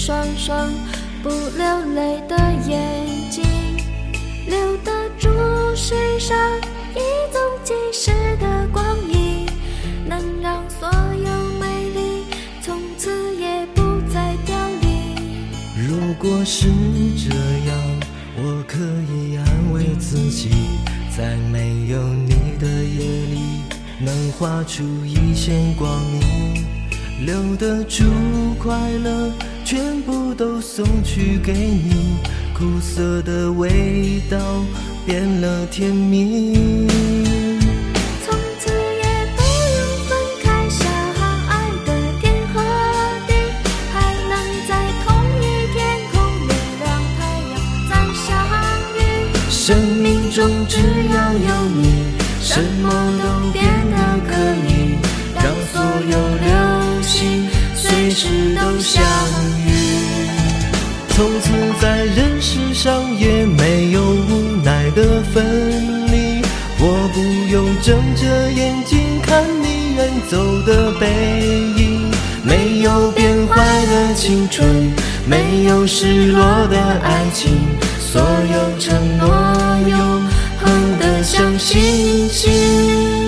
双双不流泪的眼睛，留得住世上一纵即逝的光阴，能让所有美丽从此也不再凋零。 如果是这样，我可以安慰自己，在没有你的夜里，能画出一线光明，留得住快乐，全部都送去给你，苦涩的味道变了甜蜜。 从此也不用分开，相爱的天和地，还能在同一天空里让太阳再相遇。 生命中只要有你，什么都变得可以，让所有流星随时都相遇。从此在人世上也没有无奈的分离，我不用睁着眼睛看你远走的背影，没有变坏的青春，没有失落的爱情，所有承诺永恒的像星星。